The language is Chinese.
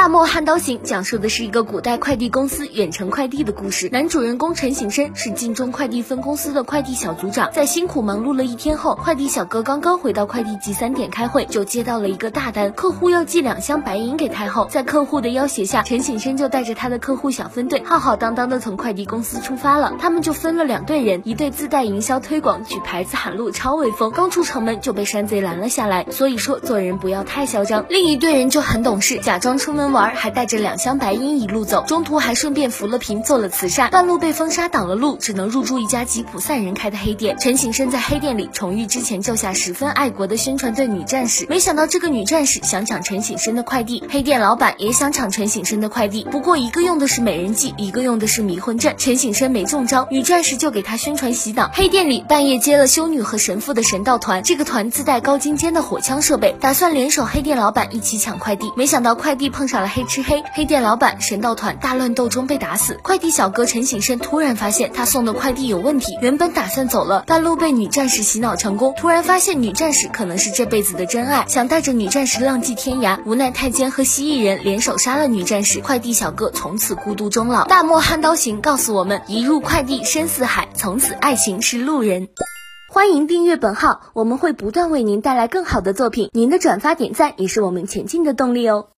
大漠汉刀行讲述的是一个古代快递公司远程快递的故事。男主人公陈醒生是晋中快递分公司的快递小组长，在辛苦忙碌了一天后，快递小哥刚刚回到快递集3点开会，就接到了一个大单，客户要寄2箱白银给太后。在客户的要挟下，陈醒生就带着他的客户小分队浩浩荡荡的从快递公司出发了。他们就分了2队人，一队自带营销推广，举牌子喊路超威风，刚出城门就被山贼拦了下来。所以说做人不要太嚣张。另一队人就很懂事，假装出门玩，还带着2箱白银一路走，中途还顺便扶了贫做了慈善，半路被风沙挡了路，只能入住一家吉普赛人开的黑店。陈醒生在黑店里重遇之前救下十分爱国的宣传队女战士，没想到这个女战士想抢陈醒生的快递，黑店老板也想抢陈醒生的快递，不过一个用的是美人计，一个用的是迷魂阵。陈醒生没中招，女战士就给他宣传洗脑。黑店里半夜接了修女和神父的神道团，这个团自带高精尖的火枪设备，打算联手黑店老板一起抢快递，没想到快递碰上了黑吃黑，黑店老板神道团大乱斗中被打死。快递小哥陈醒生突然发现他送的快递有问题，原本打算走了，半路被女战士洗脑成功，突然发现女战士可能是这辈子的真爱，想带着女战士浪迹天涯，无奈太监和蜥蜴人联手杀了女战士，快递小哥从此孤独终老。大漠汉刀行告诉我们，一入快递深似海，从此爱情是路人。欢迎订阅本号，我们会不断为您带来更好的作品，您的转发点赞也是我们前进的动力哦。